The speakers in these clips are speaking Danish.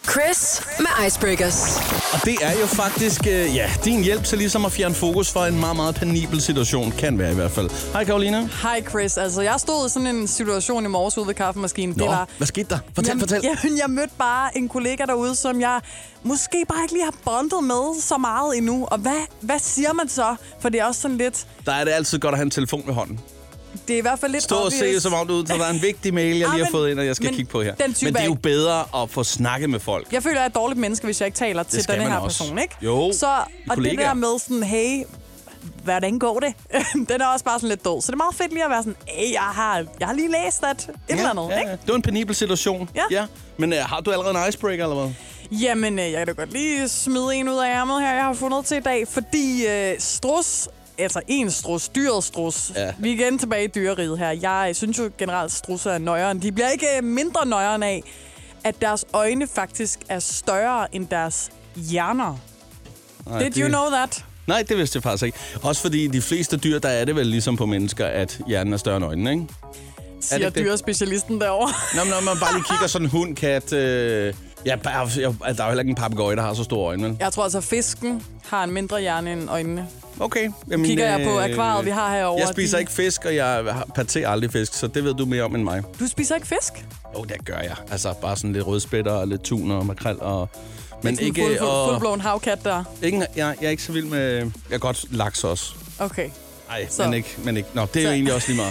Chris med Icebreakers. Og det er jo faktisk, din hjælp til ligesom at fjerne fokus fra en meget, meget penibel situation. Kan være i hvert fald. Hej Karoline. Hej Chris. Altså, jeg stod i sådan en situation i morges ude ved kaffemaskinen. Nå, hvad skete der? Fortæl. Jeg mødte bare en kollega derude, som jeg måske bare ikke lige har bondet med så meget endnu. Og hvad siger man så? For det er også sådan lidt... Der er det altid godt at have en telefon ved hånden. Det er i hvert fald lidt Stå og se som om du ud, så der er en vigtig mail, jeg lige har fået ind, og jeg skal kigge på her. Men det er jo bedre at få snakket med folk. Jeg føler, jeg er et dårligt menneske, hvis jeg ikke taler til denne her person, ikke? Jo, så, og det der med sådan, hey, hvordan går det? Den er også bare sådan lidt død. Så det er meget fedt lige at være sådan, hey, jeg har lige læst et eller andet, ikke? Det var en penibel situation. Ja. Men har du allerede en icebreaker, eller hvad? Jamen, jeg kan da godt lige smide en ud af ærmet her, jeg har fundet til i dag, fordi strus... Altså en strus, dyret strus. Ja. Vi er igen tilbage i dyreriget her. Jeg synes jo generelt, strusser er nøjeren. De bliver ikke mindre nøjeren af, at deres øjne faktisk er større end deres hjerner. Did you know that? Nej, det vidste jeg faktisk ikke. Også fordi de fleste dyr, der er det vel ligesom på mennesker, at hjernen er større end øjnene, ikke? Siger dyrespecialisten derovre. Når man bare lige kigger sådan en hund, kat... der er jo heller ikke en papegøje, der har så store øjne. Jeg tror altså, fisken har en mindre hjerne end øjnene. Okay. Jamen, kigger jeg på akvariet, vi har herovre. Jeg spiser ikke fisk, og jeg parterer aldrig fisk, så det ved du mere om end mig. Du spiser ikke fisk? Jo, det gør jeg. Altså bare sådan lidt rødspætter og lidt tun og makrel og... Men ikke fuldblåen havkat der? Jeg er ikke så vild med... Jeg er godt laks også. Okay. Nej, men ikke. Nå, det er jo egentlig også lige meget.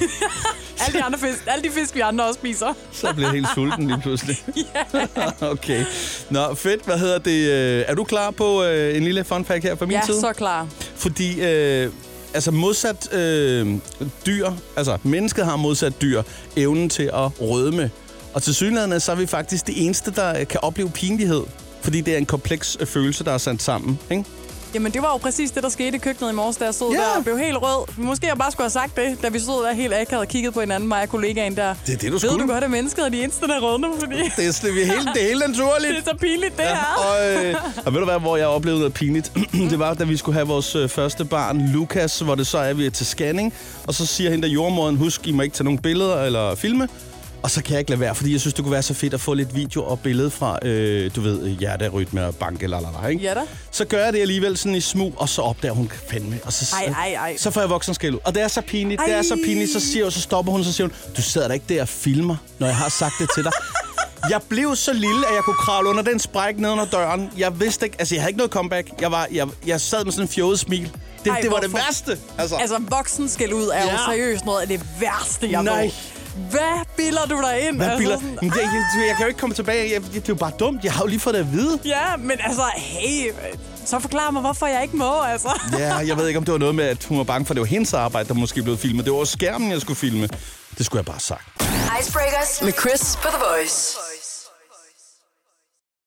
alle de fisk, vi andre også spiser. Så bliver jeg helt sulten lige pludselig. Okay. Nå, fedt. Hvad hedder det? Er du klar på en lille fun fact her fra min side? Ja, så klar. Fordi, modsat dyr, altså mennesket har modsat dyr evnen til at rødme. Og tilsyneladende så er vi faktisk de eneste, der kan opleve pinlighed. Fordi det er en kompleks følelse, der er sat sammen, ikke? Jamen, det var jo præcis det, der skete i køkkenet i morges, da jeg stod der og blev helt rød. Måske jeg bare skulle have sagt det, da vi stod der helt akavet og kiggede på hinanden, mig og kollegaen der. Det er det, du skulle. Ved du godt, at mennesket er de eneste, der rødner, fordi... Det er helt naturligt. Det er så pinligt, det her. Og ved du hvad, hvor jeg oplevede noget pinligt? Det var, da vi skulle have vores første barn, Lukas, hvor det så er, vi er til scanning. Og så siger hende der jordemoderen, husk, I må ikke tage nogle billeder eller filme. Og så kan jeg ikke lade være, fordi jeg synes, det kunne være så fedt at få lidt video og billede fra, hjerterytme og bank eller ikke? Ja da. Så gør jeg det alligevel sådan i smug, og så opdager hun fandme. Og så får jeg voksenskæld ud. Og det er så pinligt, så stopper hun, så siger hun, du sidder da ikke der og filmer, når jeg har sagt det til dig. Jeg blev så lille, at jeg kunne kravle under den spræk ned under døren. Jeg vidste ikke, jeg havde ikke noget comeback. Jeg sad med sådan en fjollet smil. Det var det værste. Altså voksenskæld ud er jo seriøst noget af det værste, jeg ved. Hvad bilder du dig ind? Jeg kan jo ikke komme tilbage. Det er jo bare dumt. Jeg har jo lige fået det at vide. Ja, men hey, så forklar mig, hvorfor jeg ikke må, Ja, jeg ved ikke, om det var noget med, at hun var bange for, at det var hendes arbejde, der måske blev filmet. Det var skærmen, jeg skulle filme. Det skulle jeg bare have sagt. Icebreakers med Chris på The Voice.